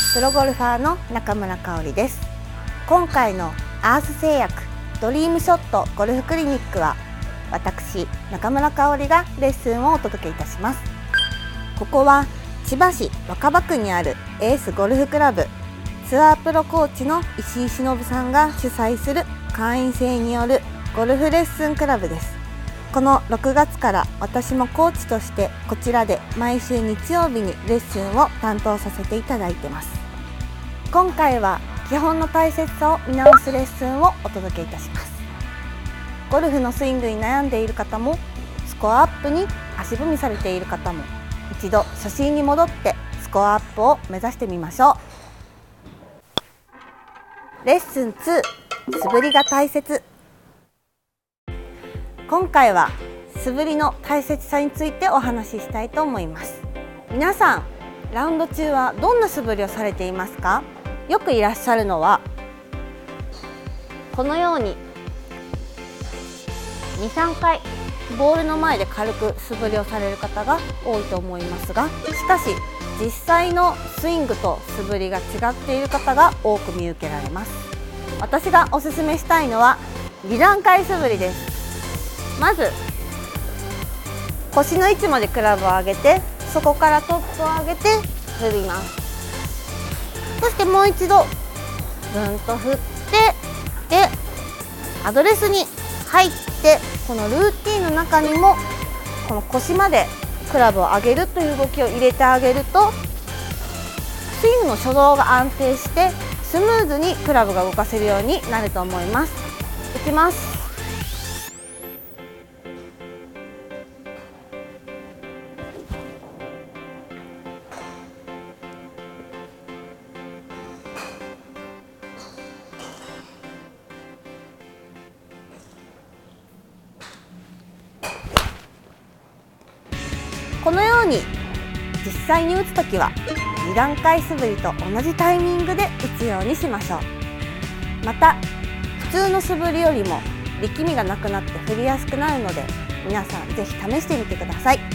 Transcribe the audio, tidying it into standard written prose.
プロゴルファーの中村香織です。今回のアース製薬ドリームショットゴルフクリニックは、私中村香織がレッスンをお届けいたします。ここは千葉市若葉区にあるエースゴルフクラブ、ツアープロコーチの石井忍さんが主催する会員制によるゴルフレッスンクラブです。この6月から私もコーチとしてこちらで毎週日曜日にレッスンを担当させていただいてます。今回は基本の大切さを見直すレッスンをお届けいたします。ゴルフのスイングに悩んでいる方も、スコアアップに足踏みされている方も、一度初心に戻ってスコアアップを目指してみましょう。レッスン2、素振りが大切。今回は素振りの大切さについてお話ししたいと思います。皆さん、ラウンド中はどんな素振りをされていますか？よくいらっしゃるのはこのように 2,3 回ボールの前で軽く素振りをされる方が多いと思いますが、しかし実際のスイングと素振りが違っている方が多く見受けられます。私がおすすめしたいのは2段階素振りです。まず腰の位置までクラブを上げて、そこからトップを上げて振ります。そしてもう一度ぐんと振って、でアドレスに入って、このルーティンの中にもこの腰までクラブを上げるという動きを入れてあげると、スイングの初動が安定してスムーズにクラブが動かせるようになると思います。いきます。このように実際に打つときは2段階素振りと同じタイミングで打つようにしましょう。また普通の素振りよりも力みがなくなって振りやすくなるので、皆さんぜひ試してみてください。